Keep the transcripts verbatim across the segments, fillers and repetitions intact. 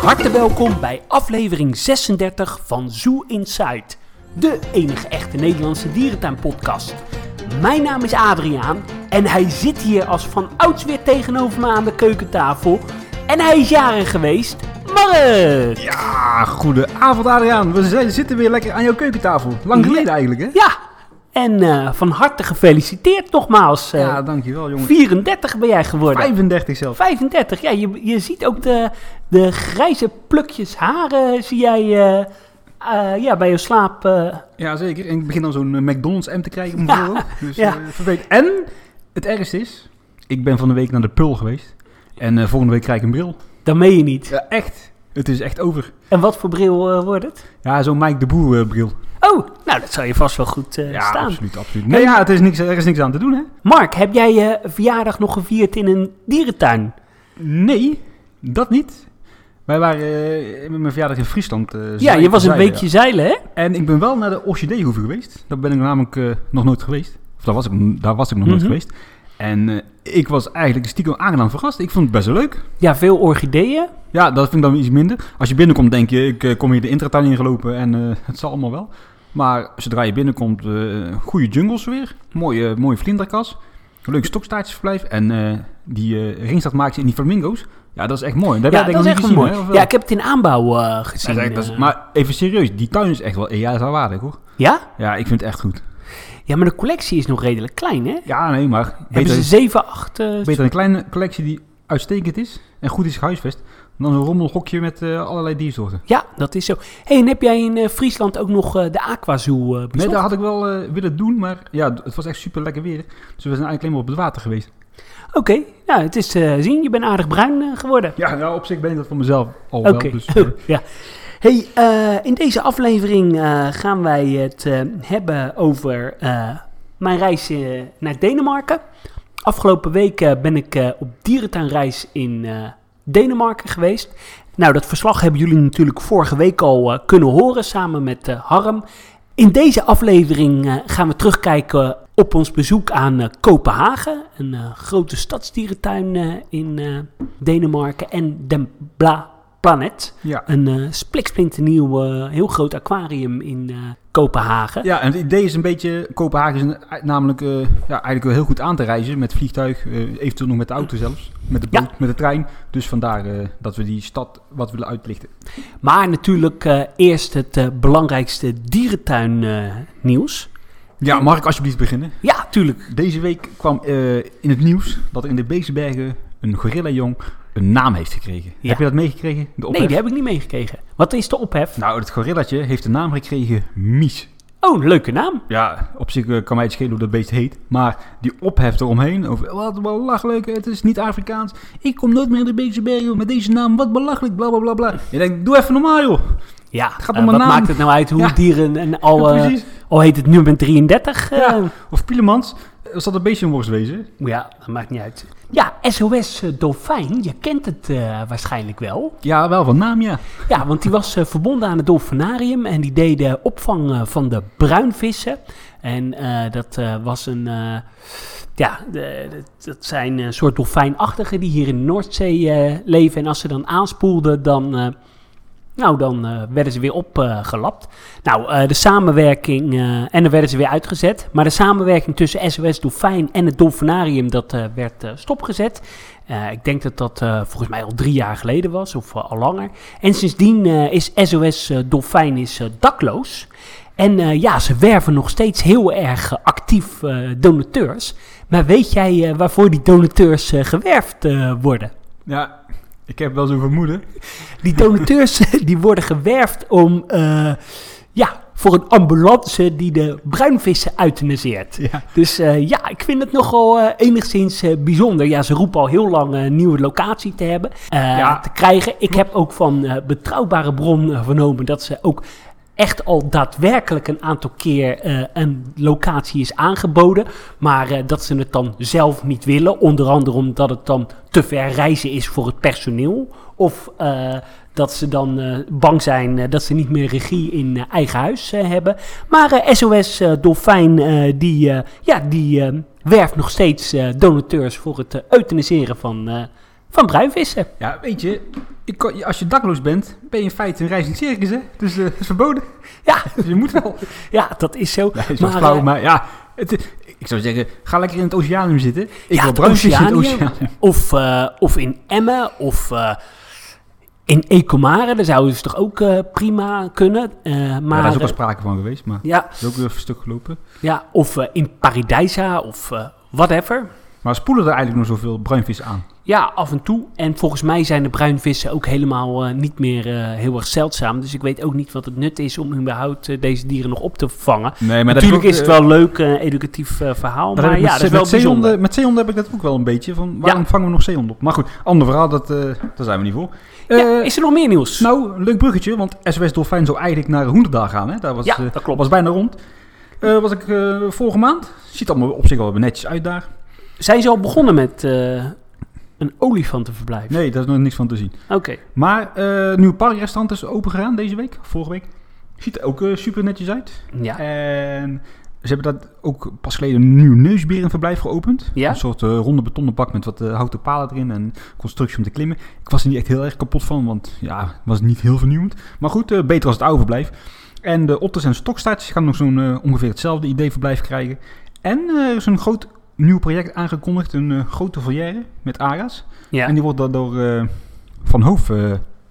harte welkom bij aflevering zesendertig van Zoo Inside, de enige echte Nederlandse dierentuinpodcast. Mijn naam is Adriaan en hij zit hier als van ouds weer tegenover me aan de keukentafel. En hij is jarig geweest, Mark! Ja, goedenavond Adriaan. We zijn, zitten weer lekker aan jouw keukentafel. Lang geleden ja. eigenlijk, hè? Ja, en uh, van harte gefeliciteerd nogmaals. Uh, ja, dankjewel jongen. vierendertig ben jij geworden. vijfendertig zelfs. vijfendertig, ja. Je, je ziet ook de, de grijze plukjes haren, zie jij uh, uh, ja, bij je slaap. Uh... Ja, zeker. En ik begin dan zo'n uh, McDonald's M te krijgen. Ja. Dus, ja. uh, vervelend. En het ergste is, ik ben van de week naar de Pearl geweest. En uh, volgende week krijg ik een bril. Dat meen je niet. Ja, echt. Het is echt over. En wat voor bril uh, wordt het? Ja, zo'n Mike de Boer uh, bril. Oh, nou dat zou je vast wel goed uh, ja, staan. Ja, absoluut, absoluut. Nee, ja, het is niks, er is niks aan te doen, hè? Mark, heb jij je uh, verjaardag nog gevierd in een dierentuin? Nee, dat niet. Wij waren uh, met mijn verjaardag in Friesland. Uh, ja, je was een zeilen, weekje ja. zeilen, hè? En ik ben wel naar de Orchideehoeve geweest. Daar ben ik namelijk uh, nog nooit geweest. Of daar was ik, daar was ik nog mm-hmm. nooit geweest. En uh, ik was eigenlijk stiekem aangenaam verrast. Ik vond het best wel leuk. Ja, veel orchideeën. Ja, dat vind ik dan iets minder. Als je binnenkomt denk je, ik uh, kom hier de intratuin ingelopen en uh, het zal allemaal wel. Maar zodra je binnenkomt, uh, goede jungles weer. Mooie, mooie vlinderkas. Leuk stokstaartjesverblijf. En uh, die uh, ringstad maakt ze in die flamingo's. Ja, dat is echt mooi. Dat ja, heb dat ik is nog echt niet mooi. gezien. Hè, ja, ik heb het in aanbouw uh, gezien. Ja, dat is, uh. Maar even serieus, die tuin is echt wel een jaar waardig, hoor. Ja? Ja, ik vind het echt goed. Ja, maar de collectie is nog redelijk klein, hè? Ja, nee, maar... Hebben beter, ze zeven, acht... Uh, beter een kleine collectie die uitstekend is en goed is gehuisvest, dan zo'n rommelhokje met uh, allerlei diersoorten. Ja, dat is zo. Hey, en heb jij in uh, Friesland ook nog uh, de Aquazoo uh, bezocht? Nee, dat had ik wel uh, willen doen, maar ja, het was echt super lekker weer. Dus we zijn eigenlijk alleen maar op het water geweest. Oké, okay. Nou, het is te uh, zien. Je bent aardig bruin uh, geworden. Ja, nou, op zich ben ik dat van mezelf al okay. wel. Dus, uh, ja. Hey, uh, in deze aflevering uh, gaan wij het uh, hebben over uh, mijn reis uh, naar Denemarken. Afgelopen week uh, ben ik uh, op dierentuinreis in uh, Denemarken geweest. Nou, dat verslag hebben jullie natuurlijk vorige week al uh, kunnen horen samen met uh, Harm. In deze aflevering uh, gaan we terugkijken op ons bezoek aan uh, Kopenhagen, een uh, grote stadsdierentuin uh, in uh, Denemarken, en Den Bla Planet, ja. een uh, spliksplinternieuw, uh, heel groot aquarium in uh, Kopenhagen. Ja, en het idee is een beetje, Kopenhagen is een, namelijk uh, ja, eigenlijk wel heel goed aan te reizen met vliegtuig, uh, eventueel nog met de auto zelfs, met de boot, ja. met de trein. Dus vandaar uh, dat we die stad wat willen uitlichten. Maar natuurlijk uh, eerst het uh, belangrijkste dierentuin uh, nieuws. Ja, mag ik alsjeblieft beginnen? Ja, tuurlijk. Deze week kwam uh, in het nieuws dat er in de Beestenbergen een gorilla-jong een naam heeft gekregen. Ja. Heb je dat meegekregen? Nee, die heb ik niet meegekregen. Wat is de ophef? Nou, het gorillatje heeft de naam gekregen Mies. Oh, een leuke naam. Ja, op zich uh, kan mij het schelen hoe dat beest heet. Maar die ophef eromheen, over wat belachelijk, het is niet Afrikaans. Ik kom nooit meer in de Beestenbergen met deze naam, wat belachelijk, bla bla bla bla. Je denkt, doe even normaal joh. Ja, het gaat om uh, wat naam. Maakt het nou uit hoe ja. dieren en al, uh, ja, al heet het nummer drieëndertig? Uh. Ja. Of Pielemans, zal dat beestje een worst wezen? Ja, dat maakt niet uit. Ja, S O S uh, Dolfijn, je kent het uh, waarschijnlijk wel. Ja, wel van naam, ja. Ja, want die was uh, verbonden aan het dolfinarium en die deed de opvang uh, van de bruinvissen. En uh, dat uh, was een... Uh, ja, de, de, dat zijn een soort dolfijnachtigen die hier in de Noordzee uh, leven. En als ze dan aanspoelden, dan... Uh, Nou, dan uh, werden ze weer opgelapt. Uh, nou, uh, de samenwerking... Uh, en dan werden ze weer uitgezet. Maar de samenwerking tussen S O S Dolfijn en het dolfinarium... dat uh, werd uh, stopgezet. Uh, ik denk dat dat uh, volgens mij al drie jaar geleden was. Of uh, al langer. En sindsdien uh, is S O S uh, Dolfijn is, uh, dakloos. En uh, ja, ze werven nog steeds heel erg uh, actief uh, donateurs. Maar weet jij uh, waarvoor die donateurs uh, gewerfd uh, worden? Ja... Ik heb wel zo'n vermoeden. Die donateurs die worden gewerfd om, uh, ja, voor een ambulance die de bruinvissen euthanaseert. Ja. Dus uh, ja, ik vind het nogal uh, enigszins uh, bijzonder. Ja, ze roepen al heel lang een uh, nieuwe locatie te hebben, uh, ja. te krijgen. Ik heb ook van uh, betrouwbare bron uh, vernomen dat ze ook echt al daadwerkelijk een aantal keer uh, een locatie is aangeboden. Maar uh, dat ze het dan zelf niet willen. Onder andere omdat het dan te ver reizen is voor het personeel. Of uh, dat ze dan uh, bang zijn uh, dat ze niet meer regie in uh, eigen huis uh, hebben. Maar uh, S O S uh, Dolfijn uh, die, uh, ja, die uh, werft nog steeds uh, donateurs voor het uh, euthaniseren van, uh, van bruinvissen. Ja, weet je, je kan, als je dakloos bent, ben je in feite een reizend circus, hè? Dus uh, dat is verboden. Ja. Dus je moet wel. Ja, dat is zo. Nee, is maar, flauw, uh, maar ja, het, ik zou zeggen, ga lekker in het oceanium zitten. Ik ja, wil bruinvis in het oceanium. Of, uh, of in Emmen, of uh, in Ecomare, daar zouden ze toch ook uh, prima kunnen. Uh, maar, ja, daar is ook al sprake van geweest, maar ja. dat is ook weer een stuk gelopen. Ja, of uh, in Paradijsa, of uh, whatever. Maar spoelen er eigenlijk nog zoveel bruinvissen aan? Ja, af en toe. En volgens mij zijn de bruinvissen ook helemaal uh, niet meer uh, heel erg zeldzaam. Dus ik weet ook niet wat het nut is om überhaupt uh, deze dieren nog op te vangen. Nee, maar natuurlijk is, is het wel een leuk, uh, educatief uh, verhaal. Maar met, ja, dat is wel met bijzonder. Zeehonden, met zeehonden heb ik dat ook wel een beetje. Van, waarom ja. vangen we nog zeehonden op? Maar goed, ander verhaal, dat, uh, daar zijn we niet voor. Uh, ja, is er nog meer nieuws? Nou, een leuk bruggetje, want S O S Dolfijn zou eigenlijk naar Hoenderdaal gaan. Hè? Dat was, ja, dat klopt. Uh, was bijna rond. Uh, was ik uh, vorige maand. Ziet allemaal op zich wel netjes uit daar. Zijn ze al begonnen met uh, een olifantenverblijf? Nee, daar is nog niks van te zien. Oké. Okay. Maar uh, nieuw parkrestaurant is open gegaan deze week, vorige week. Ziet er ook uh, super netjes uit. Ja. En ze hebben dat ook pas geleden een nieuw neusberenverblijf geopend. Ja. Een soort uh, ronde betonnen bak met wat uh, houten palen erin en constructie om te klimmen. Ik was er niet echt heel erg kapot van, want ja, het was niet heel vernieuwend. Maar goed, uh, beter als het oude verblijf. En de otters en stokstaartjes gaan nog zo'n uh, ongeveer hetzelfde idee verblijf krijgen. En uh, er is een groot nieuw project aangekondigd, een uh, grote volière met aga's. Ja. En die wordt door uh, Van Hoof uh,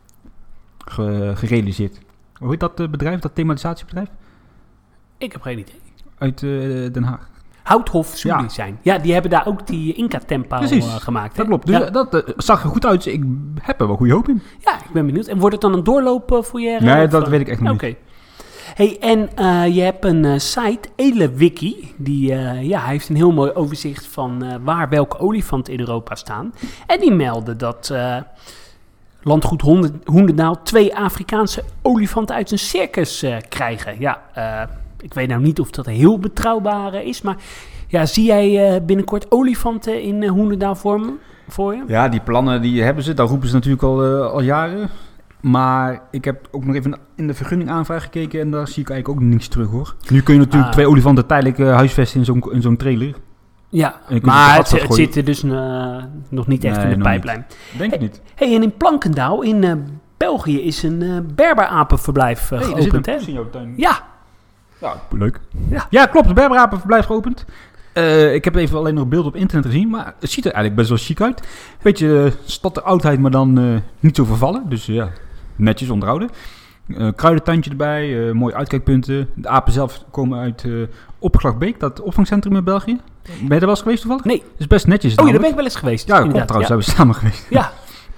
ge- gerealiseerd. Hoe heet dat uh, bedrijf, dat thematisatiebedrijf? Ik heb geen idee. Uit uh, Den Haag. Houthof Zoo zijn. Ja. ja, die hebben daar ook die Inca-tempel uh, gemaakt. Hè? Dat klopt. Dus ja. dat uh, zag er goed uit. Ik heb er wel goede hoop in. Ja, ik ben benieuwd. En wordt het dan een doorloopvolière? Nee, of, dat uh, weet ik echt nog okay. niet. Hey, en uh, je hebt een uh, site, EleWiki, die uh, ja, heeft een heel mooi overzicht van uh, waar welke olifanten in Europa staan. En die melden dat uh, Landgoed Hoenderdaal twee Afrikaanse olifanten uit een circus uh, krijgen. Ja, uh, ik weet nou niet of dat heel betrouwbaar uh, is, maar ja, zie jij uh, binnenkort olifanten in uh, Hoenderdaal vormen voor je? Ja, die plannen die hebben ze, daar roepen ze natuurlijk al, uh, al jaren. Maar ik heb ook nog even in de vergunning aanvraag gekeken en daar zie ik eigenlijk ook niks terug, hoor. Nu kun je natuurlijk ah. twee olifanten tijdelijk uh, huisvesten in zo'n, in zo'n trailer. Ja, maar het, het zit er dus uh, nog niet echt nee, in de pijplijn. Denk ik niet. Hey, en in Plankendaal in uh, België is een uh, berberapenverblijf uh, hey, geopend, hè? In jouw tuin. Ja. Ja, leuk. Ja, ja klopt, het berberapenverblijf geopend. Uh, ik heb even alleen nog beelden op internet gezien, maar het ziet er eigenlijk best wel chic uit. Beetje uh, stad de oudheid, maar dan uh, niet zo vervallen. Dus ja, uh, netjes onderhouden. Uh, kruidentuintje erbij, uh, mooie uitkijkpunten. De apen zelf komen uit uh, Opslagbeek, dat opvangcentrum in België. Ben je er wel eens geweest toevallig? Nee. Dat is best netjes. Oh ja, daar ben ik wel eens geweest. Ja, klopt trouwens, ja. Zijn we samen geweest. Ja.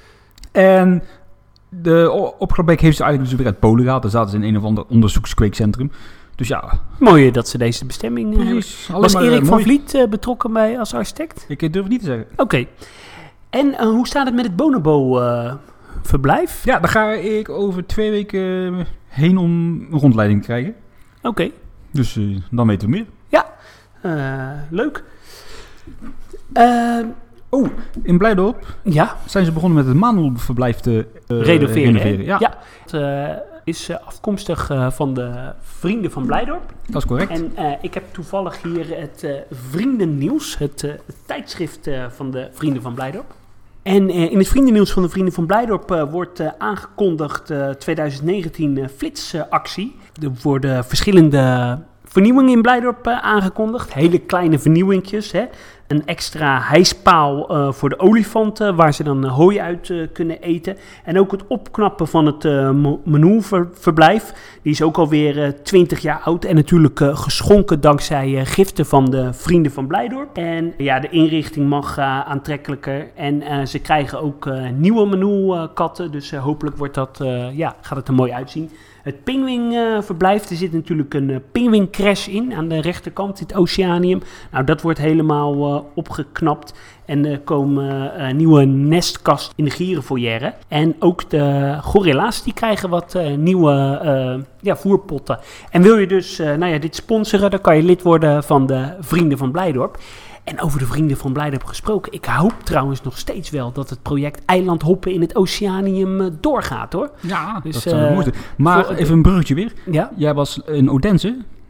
En de Opslagbeek heeft ze eigenlijk dus weer uit Polen gehaald. Daar zaten ze in een of ander onderzoekskweekcentrum. Dus ja. Mooi dat ze deze bestemming uh, Precies. hebben. Was Erik van Vliet uh, betrokken bij als architect? Ik durf het niet te zeggen. Oké. Okay. En uh, hoe staat het met het Bonobo uh, verblijf? Ja, daar ga ik over twee weken heen om een rondleiding te krijgen. Oké. Okay. Dus uh, dan weten we meer. Ja, uh, leuk. Uh, oh, in Blijdorp ja? zijn ze begonnen met het Manelverblijf te uh, renoveren. renoveren. Ja. ja. Het uh, is uh, afkomstig uh, van de Vrienden van Blijdorp. Dat is correct. En uh, ik heb toevallig hier het uh, Vriendennieuws, het, uh, het tijdschrift uh, van de Vrienden van Blijdorp. En uh, in het Vriendennieuws van de Vrienden van Blijdorp uh, wordt uh, aangekondigd uh, twintig negentien uh, flitsactie. Uh, er worden verschillende vernieuwingen in Blijdorp uh, aangekondigd. Hele kleine vernieuwingjes, hè. Een extra hijspaal uh, voor de olifanten, waar ze dan uh, hooi uit uh, kunnen eten. En ook het opknappen van het uh, Menou-verblijf. Die is ook alweer uh, twintig jaar oud. En natuurlijk uh, geschonken dankzij uh, giften van de Vrienden van Blijdorp. En ja, de inrichting mag uh, aantrekkelijker. En uh, ze krijgen ook uh, nieuwe Menou-katten. Dus uh, hopelijk wordt dat, uh, ja, gaat het er mooi uitzien. Het pinguïnverblijf, er zit natuurlijk een uh, pinguïncrash in aan de rechterkant, het Oceanium. Nou, dat wordt helemaal uh, opgeknapt en er komen uh, nieuwe nestkasten in de gierenvolière. En ook de gorilla's, die krijgen wat uh, nieuwe uh, ja, voerpotten. En wil je dus uh, nou ja, dit sponsoren, dan kan je lid worden van de Vrienden van Blijdorp. En over de Vrienden van Blijdorp gesproken, ik hoop trouwens nog steeds wel dat het project eilandhoppen in het Oceanium uh, doorgaat, hoor. Ja, dus, dat zou uh, moeten. Maar voor, even een bruggetje weer. Ja? Jij was in Odense,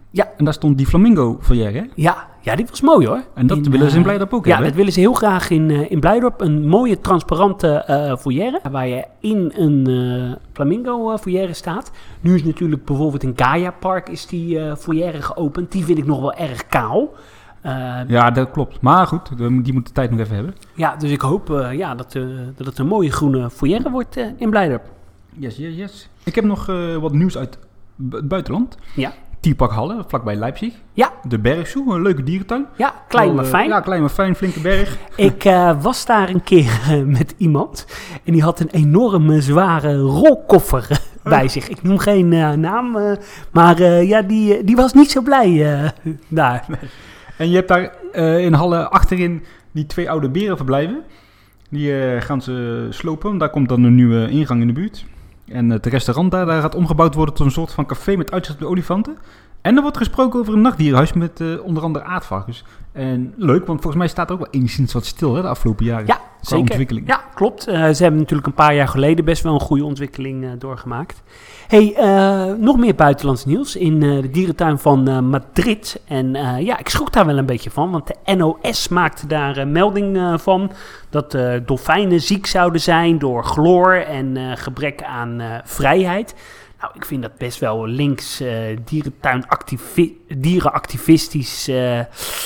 Ja. En daar stond die flamingo foyer, hè? Ja, ja, die was mooi hoor. En dat in, willen ze in uh, Blijdorp ook ja, hebben. Ja, dat willen ze heel graag in, uh, in Blijdorp. Een mooie, transparante uh, foyer, waar je in een uh, flamingo uh, foyer staat. Nu is natuurlijk bijvoorbeeld in Gaia Park is die uh, foyer geopend. Die vind ik nog wel erg kaal. Uh, ja, dat klopt. Maar goed, die moet de tijd nog even hebben. Ja, dus ik hoop uh, ja, dat, uh, dat het een mooie groene foyer wordt uh, in Blijdorp. Yes, yes, yes. Ik heb nog uh, wat nieuws uit het buitenland. Ja. Tierpark Halle, vlakbij Leipzig. Ja. De Bergzoe, een leuke dierentuin. Ja, klein maar uh, fijn. Ja, klein maar fijn, flinke berg. Ik uh, was daar een keer uh, met iemand en die had een enorme zware rolkoffer uh, bij zich. Ik noem geen uh, naam, uh, maar uh, ja, die, die was niet zo blij uh, daar. En je hebt daar uh, in Halle achterin die twee oude berenverblijven. Die uh, gaan ze slopen. Daar komt dan een nieuwe ingang in de buurt. En het restaurant daar, daar gaat omgebouwd worden tot een soort van café met uitzicht op de olifanten. En er wordt gesproken over een nachtdierenhuis met uh, onder andere aardvarkens. En leuk, want volgens mij staat er ook wel enigszins wat stil hè, de afgelopen jaren. Ja, zeker. Ontwikkeling. Ja, klopt. Uh, ze hebben natuurlijk een paar jaar geleden best wel een goede ontwikkeling uh, doorgemaakt. Hey, uh, nog meer buitenlands nieuws in uh, de dierentuin van uh, Madrid. En uh, ja, ik schrok daar wel een beetje van, want de N O S maakte daar uh, melding uh, van dat uh, dolfijnen ziek zouden zijn door chloor en uh, gebrek aan uh, vrijheid. Nou, ik vind dat best wel links uh, dierentuinactivi- dierenactivistisch uh,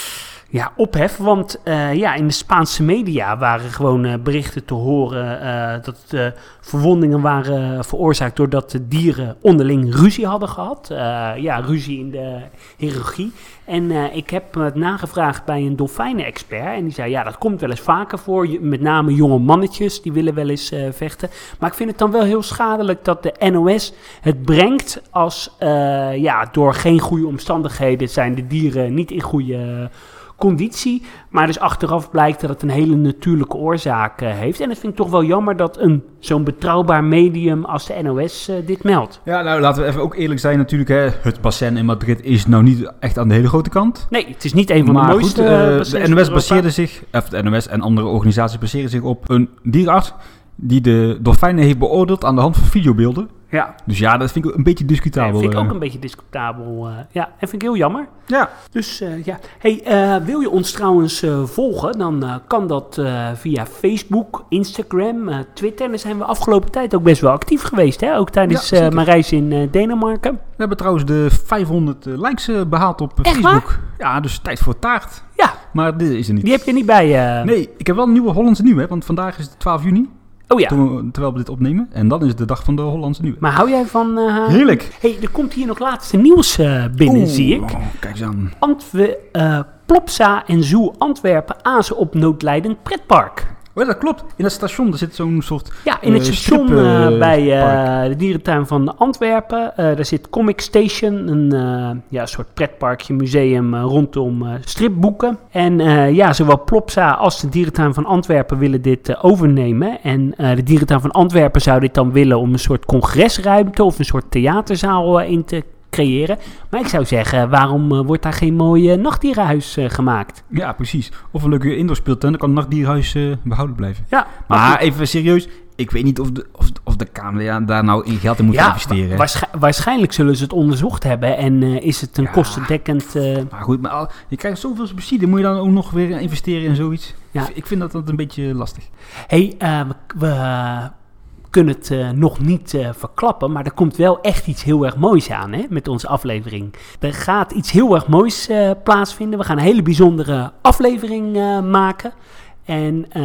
ja, ophef. Want uh, ja, in de Spaanse media waren gewoon uh, berichten te horen uh, dat uh, verwondingen waren veroorzaakt doordat de dieren onderling ruzie hadden gehad. Uh, ja, ruzie in de hiërarchie. En uh, ik heb het nagevraagd bij een dolfijnen-expert. En die zei, ja, dat komt wel eens vaker voor. Met name jonge mannetjes, die willen wel eens uh, vechten. Maar ik vind het dan wel heel schadelijk dat de N O S het brengt als... Uh, ja, door geen goede omstandigheden zijn de dieren niet in goede... Uh, conditie, maar dus achteraf blijkt dat het een hele natuurlijke oorzaak uh, heeft. En dat vind ik toch wel jammer dat een zo'n betrouwbaar medium als de N O S uh, dit meldt. Ja, nou laten we even ook eerlijk zijn natuurlijk. Hè. Het bassin in Madrid is nou niet echt aan de hele grote kant. Nee, het is niet een van maar de mooiste goed, uh, bassins. De N O S baseerde zich, of de N O S en andere organisaties baseren zich op een dierenarts die de dolfijnen heeft beoordeeld aan de hand van videobeelden. Ja. Dus ja, dat vind ik een beetje discutabel. Dat vind ik ook een beetje discutabel. Uh, ja, en vind ik heel jammer. Ja. Dus uh, ja. Hey, uh, wil je ons trouwens uh, volgen? Dan uh, kan dat uh, via Facebook, Instagram, uh, Twitter. En daar zijn we afgelopen tijd ook best wel actief geweest. Hè? Ook tijdens ja, uh, mijn reis in uh, Denemarken. We hebben trouwens de vijfhonderd uh, likes uh, behaald op uh, Echt Facebook. Waar? Ja, dus tijd voor taart. Ja. Maar dit is er niet. Die heb je niet bij. Uh... Nee, ik heb wel een nieuwe Hollandse Nieuwe. Hè, want vandaag is het twaalf juni. Oh ja. We, terwijl we dit opnemen. En dan is het de dag van de Hollandse Nieuwe. Maar hou jij van... Uh, Heerlijk. Hey, er komt hier nog laatste nieuws uh, binnen, Oeh, zie ik. Kijk eens aan. Antwe- uh, Plopsa en Zoo Antwerpen azen op noodlijdend pretpark. Oh, dat klopt. In het station er zit zo'n soort... Ja, in het uh, station strip, uh, uh, bij uh, de dierentuin van Antwerpen. Uh, daar zit Comic Station, een uh, ja, soort pretparkje, museum uh, rondom uh, stripboeken. En uh, ja, zowel Plopsa als de dierentuin van Antwerpen willen dit uh, overnemen. En uh, de dierentuin van Antwerpen zou dit dan willen om een soort congresruimte of een soort theaterzaal uh, in te creëren. Maar ik zou zeggen, waarom uh, wordt daar geen mooi uh, nachtdierenhuis uh, gemaakt? Ja, precies. Of een leuke indoorspeeltuin, dan kan het nachtdierhuis uh, behouden blijven. Ja, maar maar even serieus, ik weet niet of de, of, of de K M D A daar nou in geld in moet ja, investeren. Waarsch- waarschijnlijk zullen ze het onderzocht hebben en uh, is het een Ja. kostendekkend... Uh, Maar goed, maar al, je krijgt zoveel subsidie, moet je dan ook nog weer investeren in zoiets? Ja. Ik vind dat, dat een beetje lastig. hey, uh, we, we uh, kunnen het uh, nog niet uh, verklappen, maar er komt wel echt iets heel erg moois aan hè, met onze aflevering. Er gaat iets heel erg moois uh, plaatsvinden. We gaan een hele bijzondere aflevering uh, maken. En uh,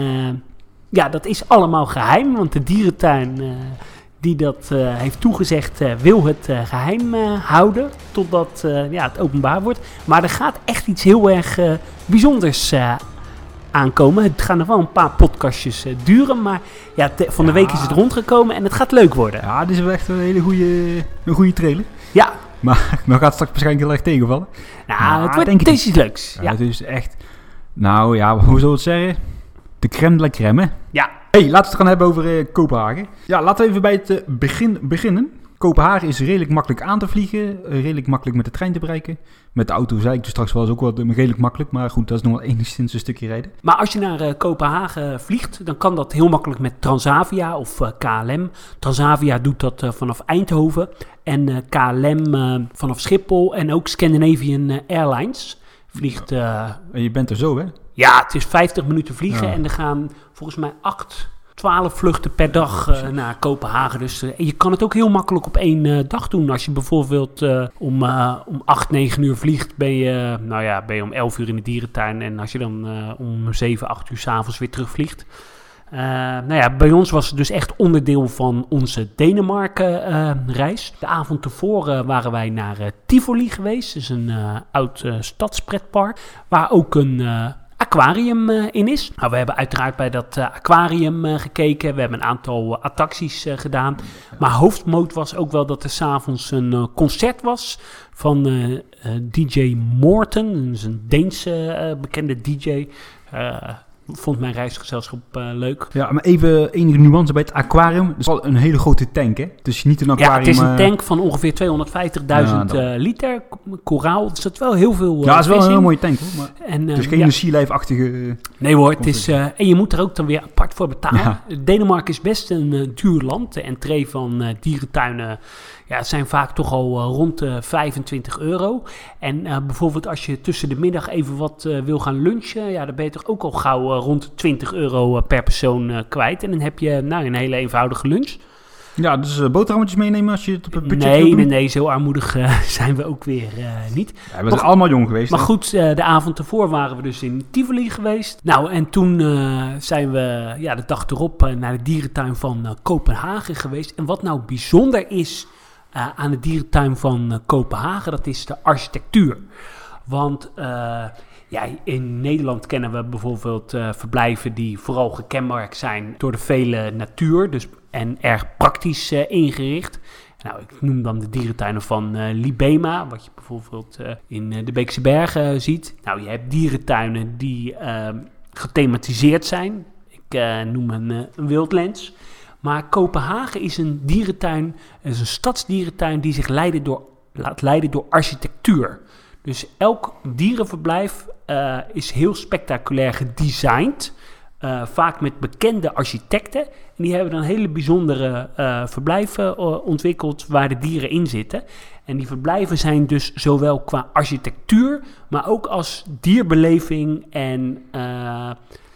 ja, dat is allemaal geheim, want de dierentuin uh, die dat uh, heeft toegezegd uh, wil het uh, geheim uh, houden totdat uh, ja, het openbaar wordt. Maar er gaat echt iets heel erg uh, bijzonders uh, aankomen. Het gaan nog wel een paar podcastjes uh, duren, maar ja, te, van de Ja. week is het rondgekomen en het gaat leuk worden. Ja, dit is wel echt een hele goede, een goede trailer. Ja, Maar dan gaat het straks waarschijnlijk heel erg tegenvallen. nou, Nou, het wordt denk ik het is iets leuks. Ja, Ja, het is echt... Nou ja, hoe zou je het zeggen? De crème de la crème, hè? ja. Hey, laten we het gaan hebben over uh, Kopenhagen. Ja, laten we even bij het uh, begin beginnen. Kopenhagen is redelijk makkelijk aan te vliegen. Redelijk makkelijk met de trein te bereiken. Met de auto zei ik dus straks wel, is ook wel redelijk makkelijk. Maar goed, dat is nog wel enigszins een stukje rijden. Maar als je naar uh, Kopenhagen vliegt, dan kan dat heel makkelijk met Transavia of uh, K L M. Transavia doet dat uh, vanaf Eindhoven. En uh, K L M uh, vanaf Schiphol. En ook Scandinavian uh, Airlines vliegt... Uh, en je bent er zo, hè? Ja, het is vijftig minuten vliegen. Ja. En er gaan volgens mij acht... twaalf vluchten per dag uh, naar Kopenhagen. Dus uh, je kan het ook heel makkelijk op één uh, dag doen. Als je bijvoorbeeld uh, om, uh, om acht, negen uur vliegt, ben je, uh, nou ja, ben je om elf uur in de dierentuin. En als je dan uh, om zeven, acht uur 's avonds weer terugvliegt. Uh, nou ja, bij ons was het dus echt onderdeel van onze Denemarken uh, reis. De avond tevoren waren wij naar uh, Tivoli geweest. Dat is een uh, oud uh, stadspretpark. Waar ook een... Uh, aquarium uh, in is. Nou, we hebben uiteraard bij dat uh, aquarium uh, gekeken. We hebben een aantal uh, attracties uh, gedaan. Maar hoofdmoot was ook wel dat er 's avonds een uh, concert was van uh, uh, D J Morten. Dat is een Deense uh, bekende D J. Uh, vond mijn reisgezelschap uh, leuk. Ja, maar even enige nuance bij het aquarium. Het is al een hele grote tank, hè? Dus niet een aquarium... Ja, het is een tank van ongeveer tweehonderdvijftigduizend ja, uh, liter. Koraal. Er zit wel heel veel uh, Ja, het is wel een heel in. mooie tank, hoor. Maar en, uh, het is geen ja. sea life-achtige... Uh, nee hoor, het is, uh, en je moet er ook dan weer apart voor betalen. Ja. Denemarken is best een uh, duur land. De entree van uh, dierentuinen... Ja, het zijn vaak toch al uh, rond de vijfentwintig euro. En uh, bijvoorbeeld als je tussen de middag even wat uh, wil gaan lunchen... Ja, dan ben je toch ook al gauw uh, rond de twintig euro uh, per persoon uh, kwijt. En dan heb je nou, een hele eenvoudige lunch. Ja, dus uh, boterhammetjes meenemen als je het op het budget nee, wil doen? Nee, nee, zo armoedig uh, zijn we ook weer uh, niet. Ja, we zijn maar, allemaal jong geweest. Maar hè? goed, uh, de avond ervoor waren we dus in Tivoli geweest. Nou, en toen uh, zijn we ja, de dag erop uh, naar de dierentuin van uh, Kopenhagen geweest. En wat nou bijzonder is... Uh, aan de dierentuin van uh, Kopenhagen, dat is de architectuur. Want uh, ja, in Nederland kennen we bijvoorbeeld uh, verblijven die vooral gekenmerkt zijn door de vele natuur dus, en erg praktisch uh, ingericht. Nou, ik noem dan de dierentuinen van uh, Libema, wat je bijvoorbeeld uh, in uh, de Beekse Bergen uh, ziet. Nou, je hebt dierentuinen die uh, gethematiseerd zijn. Ik uh, noem een, uh, een Wildlands. Maar Kopenhagen is een dierentuin, is een stadsdierentuin die zich leiden door, laat leiden door architectuur. Dus elk dierenverblijf uh, is heel spectaculair gedesigned. Uh, vaak met bekende architecten. En die hebben dan hele bijzondere uh, verblijven uh, ontwikkeld waar de dieren in zitten. En die verblijven zijn dus zowel qua architectuur, maar ook als dierbeleving en... Uh,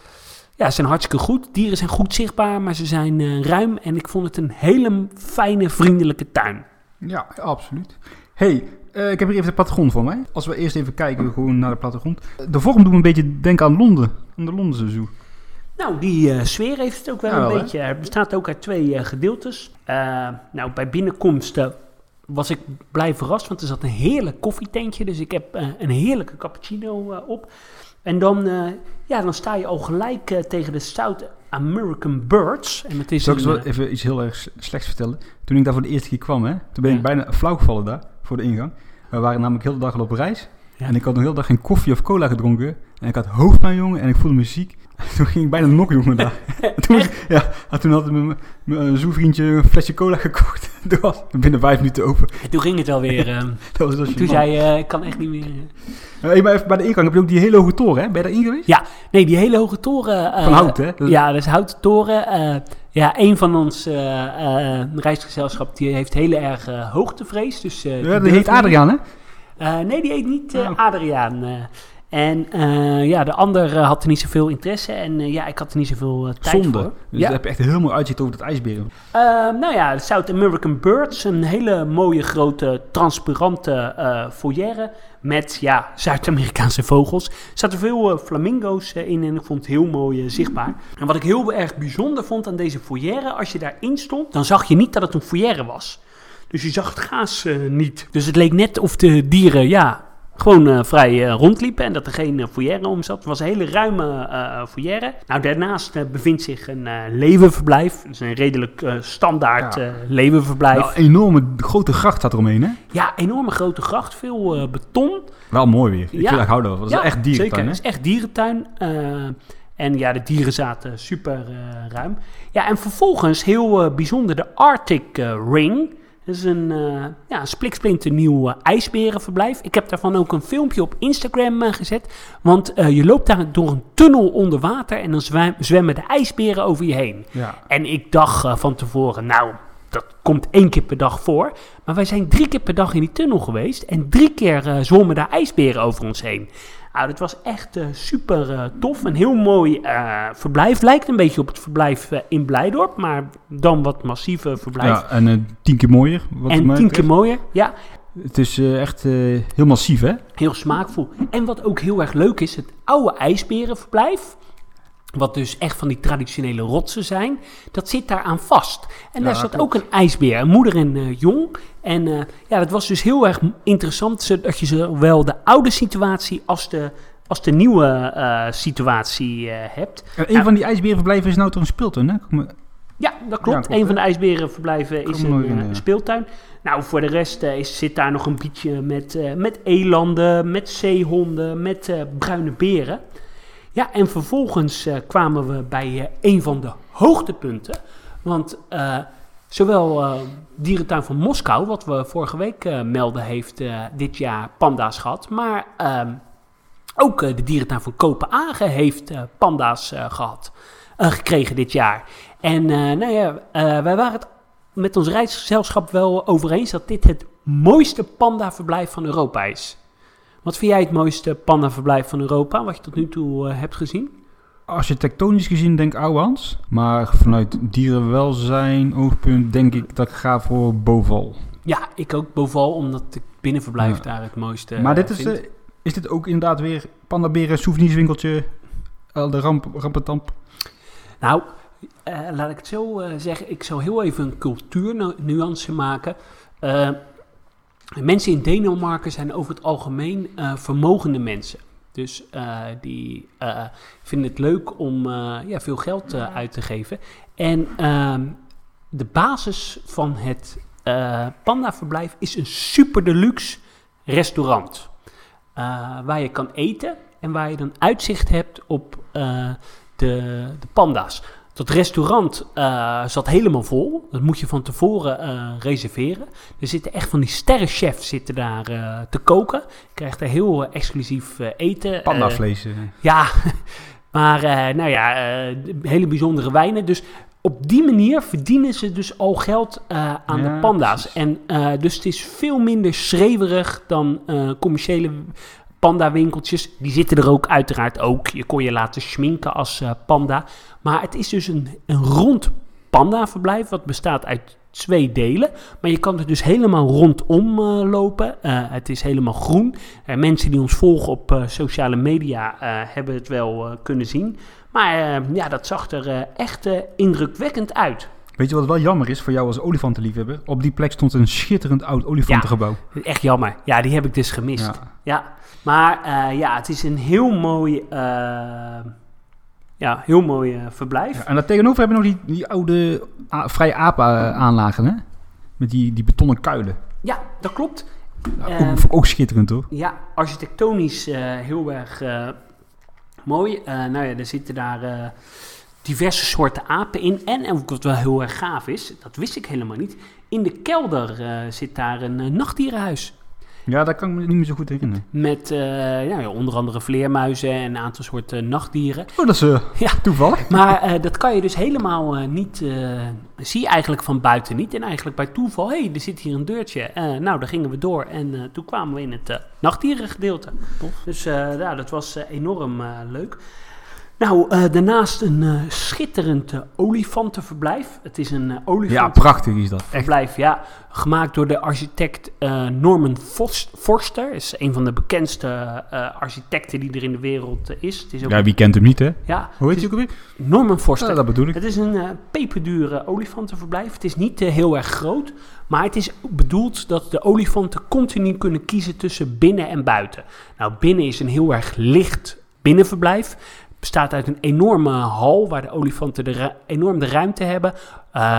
Ja, ze zijn hartstikke goed. Dieren zijn goed zichtbaar, maar ze zijn uh, ruim. En ik vond het een hele fijne, vriendelijke tuin. Ja, absoluut. Hey, uh, ik heb hier even de plattegrond voor mij. Als we eerst even kijken gewoon naar de plattegrond. De vorm doet me een beetje denken aan Londen. Aan de Londense Zoo. Nou, die uh, sfeer heeft het ook wel ja, een wel, beetje. Het bestaat ook uit twee uh, gedeeltes. Uh, nou, bij binnenkomst uh, was ik blij verrast, want er zat een heerlijk koffietentje. Dus ik heb uh, een heerlijke cappuccino uh, op. En dan, uh, ja, dan sta je al gelijk uh, tegen de South American Birds. En het is Zal ik een, wel even iets heel erg slechts vertellen? Toen ik daar voor de eerste keer kwam, hè, toen ben ik ja. bijna flauw gevallen daar, voor de ingang. We waren namelijk heel de dag al op reis. Ja. En ik had nog heel de dag geen koffie of cola gedronken. En ik had hoofdpijn, jongen, en ik voelde me ziek. Toen ging ik bijna nog jongen daar. toen, ik, ja, toen had mijn, mijn zoevriendje een flesje cola gekocht. Toen was binnen vijf minuten over. En toen ging het alweer. Uh, dat was, dat toen zei je, uh, ik kan echt niet meer... Uh. Uh, maar even bij de ingang heb je ook die hele hoge toren, hè? Ben je daarin geweest? Ja, nee, die hele hoge toren... Uh, van hout, hè? Dat ja, dat is een houten toren. Uh, ja, een van ons uh, uh, reisgezelschap, die heeft heel erg uh, hoogtevrees. Dus, uh, ja, die heet Adriaan, hè? Uh, nee, die heet niet uh, oh. Adriaan. Uh, En uh, ja, de ander uh, had er niet zoveel interesse en uh, ja, ik had er niet zoveel uh, tijd Zonde. voor. Dus ja. dan heb je echt heel mooi uitzicht over dat ijsberen. Uh, nou ja, de South American Birds, een hele mooie grote transparante uh, foyer met ja, Zuid-Amerikaanse vogels. Er zaten veel uh, flamingo's uh, in en ik vond het heel mooi uh, zichtbaar. En wat ik heel erg bijzonder vond aan deze foyer, als je daarin stond, dan zag je niet dat het een foyer was. Dus je zag het gaas uh, niet. Dus het leek net of de dieren, ja... gewoon uh, vrij uh, rondliepen en dat er geen uh, foyer om zat. Het was een hele ruime uh, foyer. Nou, daarnaast uh, bevindt zich een uh, leeuwenverblijf. Dat is een redelijk uh, standaard ja. uh, leeuwenverblijf. Nou, een enorme grote gracht staat eromheen, hè? Ja, enorme grote gracht. Veel uh, beton. Wel mooi weer. Ik ja. vind, ik hou ervan. Dat is ja, echt dierentuin, zeker. hè? Het is echt dierentuin. Uh, en ja, de dieren zaten super uh, ruim. Ja, en vervolgens heel uh, bijzonder de Arctic uh, Ring. Dat is een, uh, ja, een spliksplinternieuw uh, ijsberenverblijf. Ik heb daarvan ook een filmpje op Instagram uh, gezet. Want uh, je loopt daar door een tunnel onder water en dan zwem, zwemmen de ijsberen over je heen. Ja. En ik dacht uh, van tevoren, nou, dat komt één keer per dag voor. Maar wij zijn drie keer per dag in die tunnel geweest en drie keer uh, zwommen daar ijsberen over ons heen. Nou, dat was echt uh, super uh, tof. Een heel mooi uh, verblijf. Lijkt een beetje op het verblijf uh, in Blijdorp, maar dan wat massieve verblijf. Ja, en uh, tien keer mooier. Wat en tien keer mooier, ja. Het is uh, echt uh, heel massief, hè? Heel smaakvol. En wat ook heel erg leuk is, het oude ijsberenverblijf, wat dus echt van die traditionele rotsen zijn, dat zit daar aan vast. En ja, daar zat ook een ijsbeer, een moeder en uh, jong. En uh, ja, dat was dus heel erg interessant, dat je zowel de oude situatie als de, als de nieuwe uh, situatie uh, hebt. En een nou, van die ijsberenverblijven is nou toch een speeltuin, hè? Kom, ja, dat klopt. Ja, klopt. Een van de ijsberenverblijven is een, in, uh, een speeltuin. Nou, voor de rest uh, is, zit daar nog een beetje met, uh, met elanden, met zeehonden, met uh, bruine beren. Ja, en vervolgens uh, kwamen we bij uh, een van de hoogtepunten. Want uh, zowel uh, Dierentuin van Moskou, wat we vorige week uh, melden, heeft uh, dit jaar panda's gehad. Maar uh, ook uh, de Dierentuin van Kopenhagen heeft uh, panda's uh, gehad, uh, gekregen dit jaar. En uh, nou ja, uh, wij waren het met ons reisgezelschap wel over eens dat dit het mooiste pandaverblijf van Europa is. Wat vind jij het mooiste pandaverblijf van Europa, wat je tot nu toe uh, hebt gezien? Architectonisch gezien denk ik Ouwehands. Maar vanuit dierenwelzijn oogpunt denk ik dat ik ga voor Beauval. Ja, ik ook Beauval, omdat het binnenverblijf ja. daar het mooiste Maar dit vind. is, uh, is dit ook inderdaad weer pandaberen souvenirswinkeltje, uh, de ramp, rampetamp? Nou, uh, laat ik het zo uh, zeggen. Ik zal heel even een cultuurnuance maken. Uh, Mensen in Denemarken zijn over het algemeen uh, vermogende mensen. Dus uh, die uh, vinden het leuk om uh, ja, veel geld uh, uit te geven. En uh, de basis van het uh, pandaverblijf is een super deluxe restaurant. Uh, waar je kan eten en waar je dan uitzicht hebt op uh, de, de panda's. Dat restaurant uh, zat helemaal vol. Dat moet je van tevoren uh, reserveren. Er zitten echt van die sterrenchefs zitten daar uh, te koken. Je krijgt er heel uh, exclusief uh, eten. Pandavlees. Uh, ja, maar uh, nou ja, uh, hele bijzondere wijnen. Dus op die manier verdienen ze dus al geld uh, aan ja, de panda's. Precies. En uh, dus het is veel minder schreeuwerig dan uh, commerciële panda-winkeltjes. Die zitten er ook uiteraard ook. Je kon je laten schminken als uh, panda. Maar het is dus een, een rond pandaverblijf, wat bestaat uit twee delen. Maar je kan er dus helemaal rondom uh, lopen. Uh, het is helemaal groen. Uh, mensen die ons volgen op uh, sociale media uh, hebben het wel uh, kunnen zien. Maar uh, ja, dat zag er uh, echt uh, indrukwekkend uit. Weet je wat wel jammer is voor jou als olifantenliefhebber? Op die plek stond een schitterend oud olifantengebouw. Ja, echt jammer. Ja, die heb ik dus gemist. Ja, ja. Maar uh, ja, het is een heel mooi... Uh, Ja, heel mooi uh, verblijf. Ja, en daar tegenover hebben we nog die, die oude a- vrije apen-aanlagen, hè? Met die, die betonnen kuilen. Ja, dat klopt. Nou, ook, um, ook schitterend, hoor. Ja, architectonisch uh, heel erg uh, mooi. Uh, nou ja, er zitten daar uh, diverse soorten apen in. En, en wat wel heel erg gaaf is, dat wist ik helemaal niet. In de kelder uh, zit daar een uh, nachtdierenhuis. Ja, dat kan ik me niet meer zo goed herinneren. Met uh, ja, onder andere vleermuizen en een aantal soorten nachtdieren. Oh, dat is uh, ja. toevallig. Maar uh, dat kan je dus helemaal uh, niet... Uh, zie je eigenlijk van buiten niet. En eigenlijk bij toeval, hé, hey, er zit hier een deurtje. Uh, nou, daar gingen we door. En uh, toen kwamen we in het uh, nachtdierengedeelte. Tof. Dus uh, ja, dat was uh, enorm uh, leuk. Nou, uh, daarnaast een uh, schitterend uh, olifantenverblijf. Het is een uh, olifant. Ja, prachtig is dat. Verblijf, ja. Gemaakt door de architect uh, Norman Forster. Dat is een van de bekendste uh, architecten die er in de wereld uh, is. Het is ook ja, wie kent hem niet, hè? Ja, hoe heet hij ook alweer? Norman Forster. Ja, dat bedoel ik. Het is een uh, peperdure olifantenverblijf. Het is niet uh, heel erg groot. Maar het is bedoeld dat de olifanten continu kunnen kiezen tussen binnen en buiten. Nou, binnen is een heel erg licht binnenverblijf. Bestaat uit een enorme hal waar de olifanten de ru- enorm de ruimte hebben. Uh,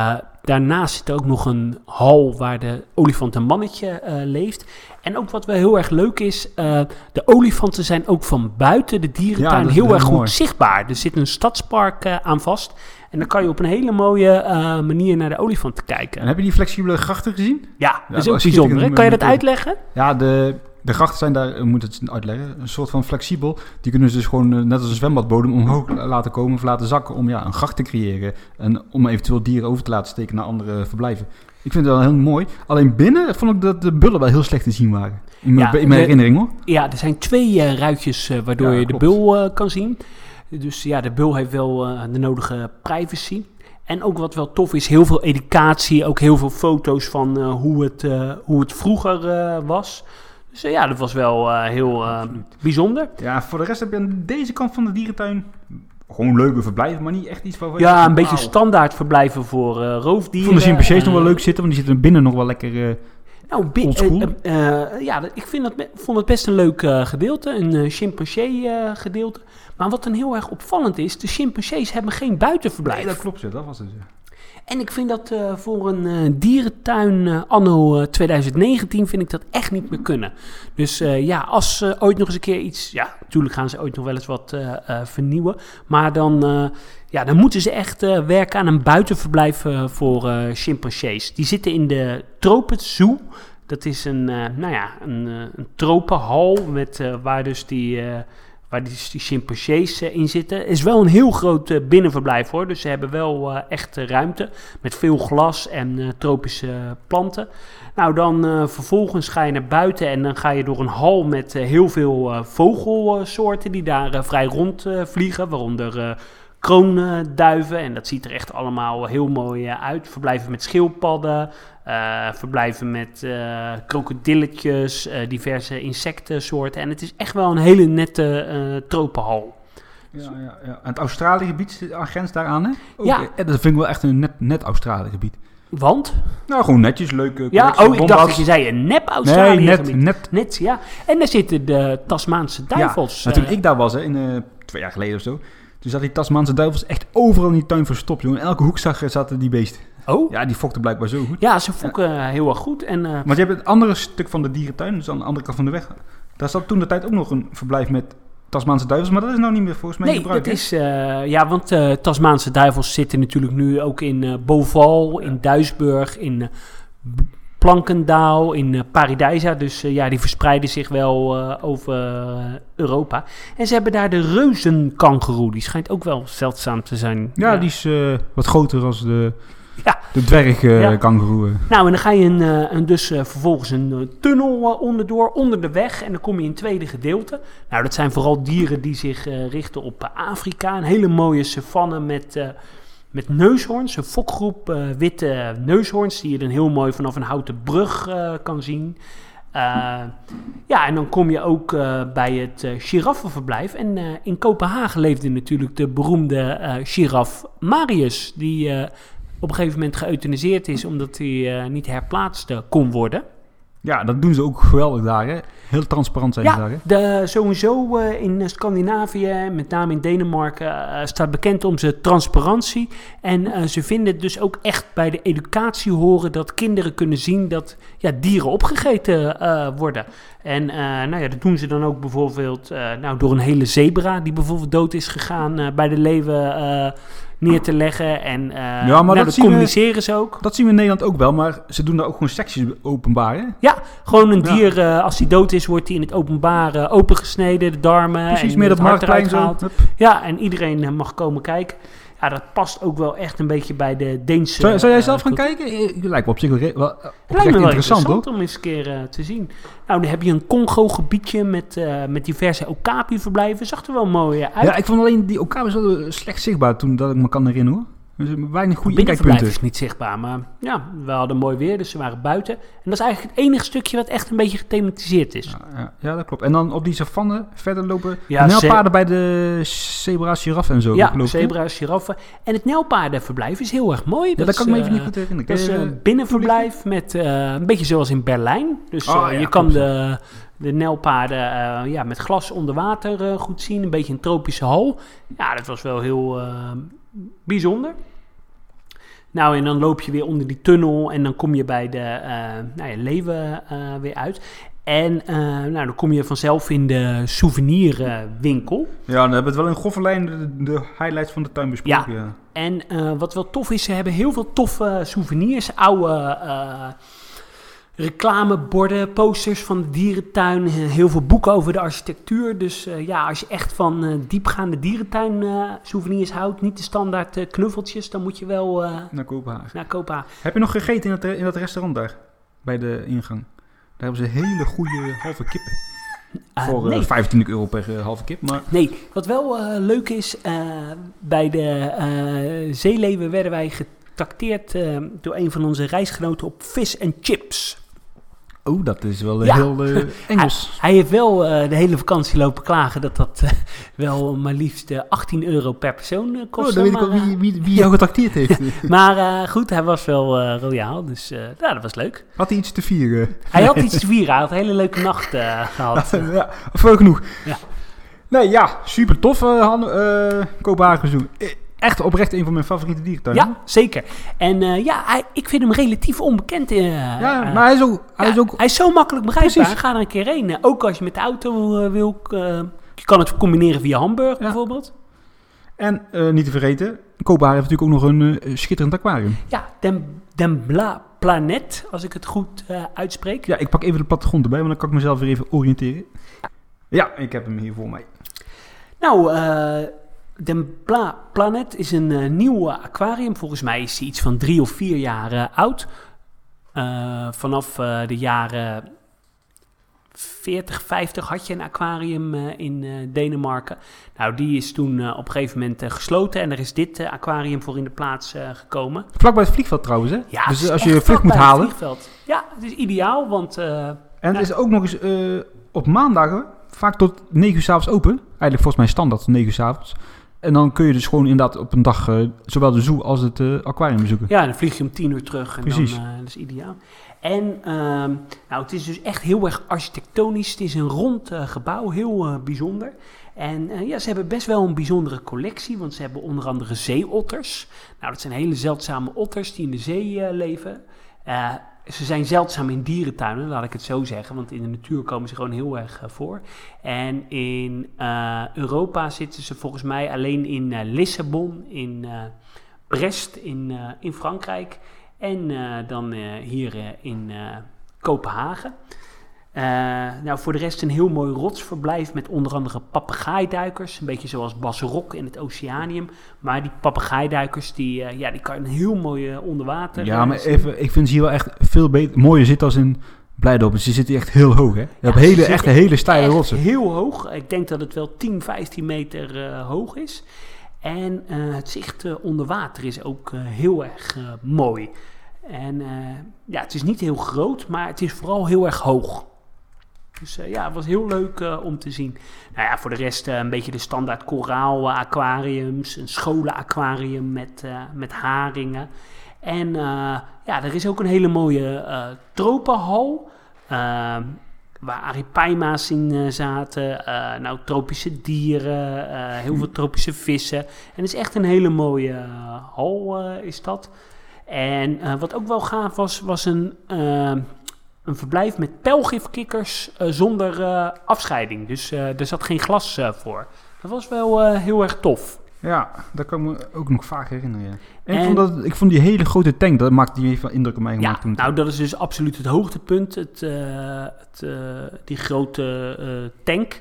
daarnaast zit er ook nog een hal waar de olifantenmannetje uh, leeft. En ook wat wel heel erg leuk is, uh, de olifanten zijn ook van buiten de dierentuin ja, heel erg mooi. goed zichtbaar. Er zit een stadspark uh, aan vast. En dan kan je op een hele mooie uh, manier naar de olifanten kijken. En heb je die flexibele grachten gezien? Ja, dat is ja, ook bijzonder. Hè? Kan je dat uitleggen? Ja, de, de grachten zijn daar, ik moet het uitleggen, een soort van flexibel. Die kunnen ze dus gewoon, uh, net als een zwembadbodem, omhoog laten komen of laten zakken om ja, een gracht te creëren. En om eventueel dieren over te laten steken naar andere verblijven. Ik vind het wel heel mooi. Alleen binnen vond ik dat de bullen wel heel slecht te zien waren. In mijn, Ja, in mijn de, herinnering hoor. Ja, er zijn twee uh, ruitjes uh, waardoor Ja, je de klopt. bul uh, kan zien. Dus ja, de bul heeft wel uh, de nodige privacy. En ook wat wel tof is, heel veel educatie. Ook heel veel foto's van uh, hoe, het, uh, hoe het vroeger uh, was. Dus uh, ja, dat was wel uh, heel uh, bijzonder. Ja, voor de rest heb je aan deze kant van de dierentuin gewoon leuke verblijven, maar niet echt iets van... Ja, een beetje wauw. standaard verblijven voor uh, roofdieren. Ik vond de chimpansees uh, nog wel leuk zitten, want die zitten binnen nog wel lekker... Uh, Nou, bi- oldschool. uh, uh, uh, ja, ik vind dat, vond het best een leuk uh, gedeelte, een uh, chimpansee uh, gedeelte. Maar wat dan heel erg opvallend is, de chimpansees hebben geen buitenverblijf. Nee, dat klopt, ja, dat was het. Ja. En ik vind dat uh, voor een uh, dierentuin uh, anno uh, twintig negentien vind ik dat echt niet meer kunnen. Dus uh, ja, als uh, ooit nog eens een keer iets... Ja, natuurlijk gaan ze ooit nog wel eens wat uh, uh, vernieuwen. Maar dan, uh, ja, dan moeten ze echt uh, werken aan een buitenverblijf uh, voor uh, chimpansees. Die zitten in de Tropen Zoo. Dat is een, uh, nou ja, een, uh, een tropenhal met, uh, waar dus die... Uh, waar die, die chimpansees uh, in zitten. Het is wel een heel groot uh, binnenverblijf hoor. Dus ze hebben wel uh, echt uh, ruimte. Met veel glas en uh, tropische uh, planten. Nou, dan uh, vervolgens ga je naar buiten. En dan ga je door een hal met uh, heel veel uh, vogelsoorten. Die daar uh, vrij rond uh, vliegen. Waaronder uh, kroonduiven. En dat ziet er echt allemaal heel mooi uh, uit. Verblijven met schildpadden. Uh, verblijven met uh, krokodilletjes, uh, diverse insectensoorten. En het is echt wel een hele nette uh, tropenhal. Ja, ja, ja. En het Australië-gebied grens daaraan, hè? Ook, Ja. eh, Dat vind ik wel echt een net, net Australië-gebied. Want? Nou, gewoon netjes, leuke... Ja, collectie oh, ik dacht bombas. dat je zei een nep Nee, Australië net, gebied. net. Net, ja. En daar zitten de Tasmaanse duivels. Ja, maar toen uh, ik daar was, hè, in, uh, twee jaar geleden of zo... Toen zaten die Tasmaanse duivels echt overal in die tuin verstopt, jongen. In elke hoek zag, zaten die beesten. Oh? Ja, die fokten blijkbaar zo goed. Ja, ze fokken uh, heel erg goed. En, uh, Maar je hebt het andere stuk van de dierentuin, dus aan de andere kant van de weg. Daar zat toen de tijd ook nog een verblijf met Tasmaanse duivels, maar dat is nou niet meer volgens mij nee, in gebruik. dat hè? is... Uh, ja, want uh, Tasmaanse duivels zitten natuurlijk nu ook in uh, Beauval, in Duisburg, in... Uh, Plankendaal, in uh, Paradijsa. Dus uh, ja, die verspreiden zich wel uh, over uh, Europa. En ze hebben daar de reuzenkangoeroe. Die schijnt ook wel zeldzaam te zijn. Ja, die is uh, wat groter als de, ja. de dwergkangoeroe. Uh, ja. Nou, en dan ga je een, uh, een dus uh, vervolgens een uh, tunnel uh, onderdoor, onder de weg. En dan kom je in het tweede gedeelte. Nou, dat zijn vooral dieren die zich uh, richten op uh, Afrika. Een hele mooie savanne met... Uh, Met neushoorns, een fokgroep uh, witte neushoorns, die je dan heel mooi vanaf een houten brug uh, kan zien. Uh, ja, en dan kom je ook uh, bij het uh, giraffenverblijf. En uh, in Kopenhagen leefde natuurlijk de beroemde uh, giraf Marius, die uh, op een gegeven moment geëuthaniseerd is, omdat hij uh, niet herplaatst uh, kon worden. Ja, dat doen ze ook geweldig daar, hè? Heel transparant zijn ja, ze daar, hè? De, sowieso uh, in Scandinavië, met name in Denemarken, uh, staat bekend om zijn transparantie. En uh, ze vinden het dus ook echt bij de educatie horen dat kinderen kunnen zien dat ja, dieren opgegeten uh, worden. En uh, nou ja, dat doen ze dan ook bijvoorbeeld uh, nou, door een hele zebra die bijvoorbeeld dood is gegaan uh, bij de leeuwen uh, neer te leggen. En uh, ja, maar nou, dat dat zien communiceren we, ze ook. Dat zien we in Nederland ook wel, maar ze doen daar ook gewoon secties openbaar, hè? Ja, gewoon een Ja. dier, uh, als die dood is, wordt die in het openbaar uh, opengesneden, de darmen. Precies, en meer het dat hart marktplein eruit zo. gehaald. Hup. Ja, en iedereen uh, mag komen kijken. Ja, dat past ook wel echt een beetje bij de Deense... Zou, zou jij uh, zelf gaan cultuur. kijken? Je lijkt me op zich wel, re- wel Het lijkt oprecht me wel interessant, interessant hoor. om eens een keer uh, te zien. Nou, dan heb je een Congo-gebiedje met, uh, met diverse okapi-verblijven. Zag er wel mooi uh, uit. Ja, ik vond alleen die okabes wel uh, slecht zichtbaar toen dat ik me kan herinneren, hoor. Dus weinig goede Binnenverblijf inkijkpunten. is niet zichtbaar, maar ja, we hadden mooi weer, dus ze waren buiten. En dat is eigenlijk het enige stukje wat echt een beetje gethematiseerd is. Ja, ja, ja, dat klopt. En dan op die savanne verder lopen. Ja, Nijlpaarden bij de zebra, giraffe en zo. Ja, geloof ik, hè? zebra's, giraffen. En het nijlpaardenverblijf is heel erg mooi. Ja, dat kan ik me even uh, niet goed herinneren. Dat is Kun je, een binnenverblijf met uh, een beetje zoals in Berlijn. Dus uh, Oh, ja, je kan klopt. de, de nijlpaarden uh, ja, met glas onder water uh, goed zien. Een beetje een tropische hal. Ja, dat was wel heel uh, bijzonder. Nou, en dan loop je weer onder die tunnel en dan kom je bij de uh, nou ja, Leeuwen uh, weer uit. En uh, nou, dan kom je vanzelf in de souvenirwinkel. Ja, dan hebben we het wel in grove lijn de, de highlights van de tuin besproken. Ja, ja. en uh, wat wel tof is, ze hebben heel veel toffe souvenirs. Oude uh, reclameborden, posters van de dierentuin. Heel veel boeken over de architectuur. Dus uh, ja, als je echt van uh, diepgaande dierentuin uh, souvenirs houdt, niet de standaard uh, knuffeltjes, dan moet je wel uh, naar Kopenhagen. naar Kopenhagen. Heb je nog gegeten in dat, in dat restaurant daar? Bij de ingang? Daar hebben ze hele goede halve kip. Uh, voor uh, nee. vijfentien euro per uh, halve kip. Maar... Nee, wat wel uh, leuk is, uh, bij de uh, zeeleeuwen werden wij getrakteerd uh, door een van onze reisgenoten op vis en chips. Oh, dat is wel ja. heel uh, Engels. Hij, hij heeft wel uh, de hele vakantie lopen klagen dat dat uh, wel maar liefst uh, achttien euro per persoon uh, kost. Oh, dan weet maar, ik wel wie, wie, wie jou getrakteerd heeft. maar uh, goed, hij was wel uh, royaal, dus uh, ja, dat was leuk. Had hij iets te vieren? Hij had iets te vieren, hij had een hele leuke nacht uh, gehad. ja, veel genoeg. Ja. Nee, ja, super tof uh, Han, uh, Kopenhagen Zoo. Echt oprecht een van mijn favoriete dierentuinen. Ja, zeker. En uh, ja, hij, ik vind hem relatief onbekend. Uh, ja, uh, maar hij is ook... Hij, ja, is, ook... hij is zo makkelijk bereikbaar. Ga er een keer heen. Uh, ook als je met de auto uh, wil. Uh, je kan het combineren via Hamburg ja. bijvoorbeeld. En uh, niet te vergeten, Kopenhagen heeft natuurlijk ook nog een uh, schitterend aquarium. Ja, Den, Den Bla Planet, als ik het goed uh, uitspreek. Ja, ik pak even de plattegrond erbij, want dan kan ik mezelf weer even oriënteren. Ja, ik heb hem hier voor mij. Nou, uh, Den Bla Planet is een uh, nieuw aquarium. Volgens mij is hij iets van drie of vier jaar uh, oud. Uh, vanaf uh, de jaren veertig, vijftig had je een aquarium uh, in uh, Denemarken. Nou, die is toen uh, op een gegeven moment uh, gesloten. En er is dit uh, aquarium voor in de plaats uh, gekomen. Vlak bij het vliegveld trouwens, hè? Ja, dus als je je vlucht moet halen. Het ja, het is ideaal, want... Uh, en het nou, is ook nog eens uh, op maandagen vaak tot negen uur 's avonds open. Eigenlijk volgens mij standaard tot negen uur 's avonds. En dan kun je dus gewoon inderdaad op een dag uh, zowel de zoo als het uh, aquarium bezoeken. Ja, dan vlieg je om tien uur terug en Precies. dan uh, dat is ideaal. En uh, nou, het is dus echt heel erg architectonisch. Het is een rond uh, gebouw, heel uh, bijzonder. En uh, ja, ze hebben best wel een bijzondere collectie, want ze hebben onder andere zeeotters. Nou, dat zijn hele zeldzame otters die in de zee uh, leven. Uh, Ze zijn zeldzaam in dierentuinen, laat ik het zo zeggen, want in de natuur komen ze gewoon heel erg uh, voor. En in uh, Europa zitten ze volgens mij alleen in uh, Lissabon, in uh, Brest, in, uh, in Frankrijk en uh, dan uh, hier uh, in uh, Kopenhagen. Uh, nou, voor de rest een heel mooi rotsverblijf met onder andere papegaaiduikers. Een beetje zoals Basrok in het Oceanium. Maar die papegaaiduikers, die, uh, ja, die kan je een heel mooi uh, onder water. Ja, maar even, ik vind ze hier wel echt veel beter, mooier zitten als in Blijdorp. Ze zitten echt heel hoog, hè? Je ja, hebt hele, echt een hele steile rotsen. Heel hoog. Ik denk dat het wel tien, vijftien meter uh, hoog is. En uh, het zicht uh, onder water is ook uh, heel erg uh, mooi. En uh, ja, het is niet heel groot, maar het is vooral heel erg hoog. Dus uh, ja, het was heel leuk uh, om te zien. Nou ja, voor de rest uh, een beetje de standaard koraal uh, aquariums. Een scholen-aquarium met, uh, met haringen. En uh, ja, er is ook een hele mooie uh, tropenhal. Uh, waar aripaima's in uh, zaten. Uh, nou, tropische dieren. Uh, heel veel tropische vissen. En het is echt een hele mooie uh, hal uh, is dat. En uh, wat ook wel gaaf was, was een... Uh, Een verblijf met pijlgifkikkers uh, zonder uh, afscheiding. Dus uh, er zat geen glas uh, voor. Dat was wel uh, heel erg tof. Ja, dat kan ik me ook nog vaak herinneren. Ja. En, en ik, vond dat, ik vond die hele grote tank, dat maakte die even indruk op mij gemaakt. Ja, toen nou dat is dus absoluut het hoogtepunt. Het, uh, het, uh, die grote uh, tank.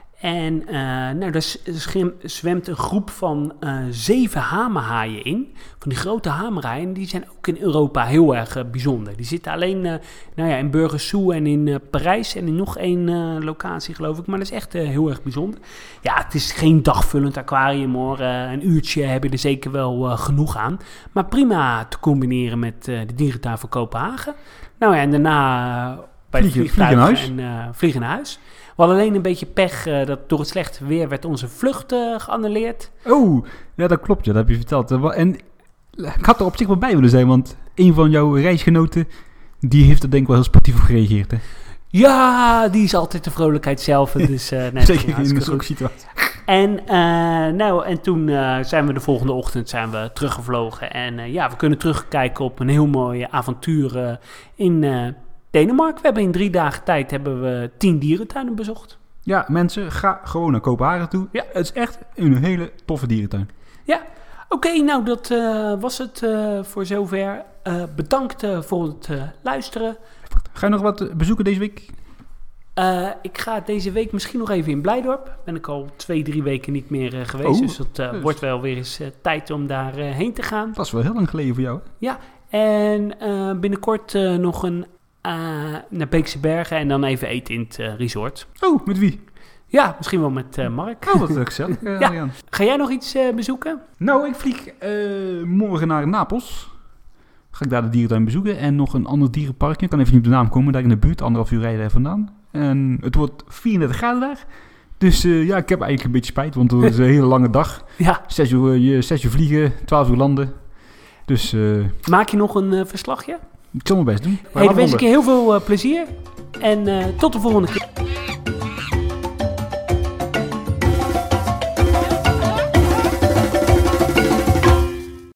En uh, nou, daar zwemt een groep van uh, zeven hamerhaaien in. Van die grote hamerhaaien. Die zijn ook in Europa heel erg uh, bijzonder. Die zitten alleen uh, nou ja, in Burgersoe en in uh, Parijs. En in nog één uh, locatie geloof ik. Maar dat is echt uh, heel erg bijzonder. Ja, het is geen dagvullend aquarium hoor. Uh, een uurtje heb je er zeker wel uh, genoeg aan. Maar prima te combineren met uh, de dierentuin van Kopenhagen. Nou ja, en daarna uh, bij vliegen, de vliegtuigen vliegen naar huis. en uh, vliegen naar huis. We hadden alleen een beetje pech uh, dat door het slechte weer werd onze vlucht uh, geannuleerd. Oh, ja dat klopt, ja, dat heb je verteld. En ik had er op zich wel bij willen zijn, want een van jouw reisgenoten, die heeft er denk ik wel heel sportief op gereageerd. Hè? Ja, die is altijd de vrolijkheid zelf. Dus, uh, nee, zeker in zo'n situatie. En, uh, nou, en toen uh, zijn we de volgende ochtend zijn we teruggevlogen. En uh, ja, we kunnen terugkijken op een heel mooi avontuur uh, in uh, Denemarken. We hebben in drie dagen tijd hebben we tien dierentuinen bezocht. Ja, mensen, ga gewoon naar Kopenhagen toe. Ja, het is echt een hele toffe dierentuin. Ja, oké, okay, nou dat uh, was het uh, voor zover. Uh, bedankt uh, voor het uh, luisteren. Ga je nog wat bezoeken deze week? Uh, ik ga deze week misschien nog even in Blijdorp. Ben ik al twee, drie weken niet meer uh, geweest. Oh, dus dat uh, dus. wordt wel weer eens uh, tijd om daar uh, heen te gaan. Dat was wel heel lang geleden voor jou. Ja, en uh, binnenkort uh, nog een uh, naar Beekse Bergen en dan even eten in het uh, resort. Oh, met wie? Ja, misschien wel met uh, Mark. Oh, wat gezellig. Uh, ja. Ga jij nog iets uh, bezoeken? Nou, ik vlieg uh, morgen naar Napels. Ga ik daar de dierentuin bezoeken. En nog een ander dierenparkje. Ik kan even niet op de naam komen. Daar in de buurt. Anderhalf uur rijden daar vandaan. En het wordt vierendertig graden daar. Dus uh, ja, ik heb eigenlijk een beetje spijt. Want het is een hele lange dag. Ja. Zes uur, uh, zes uur vliegen. Twaalf uur landen. Dus... Uh, Maak je nog een uh, verslagje? Ik zal mijn best doen. Hey, dan wens ik je heel veel uh, plezier. En uh, tot de volgende keer.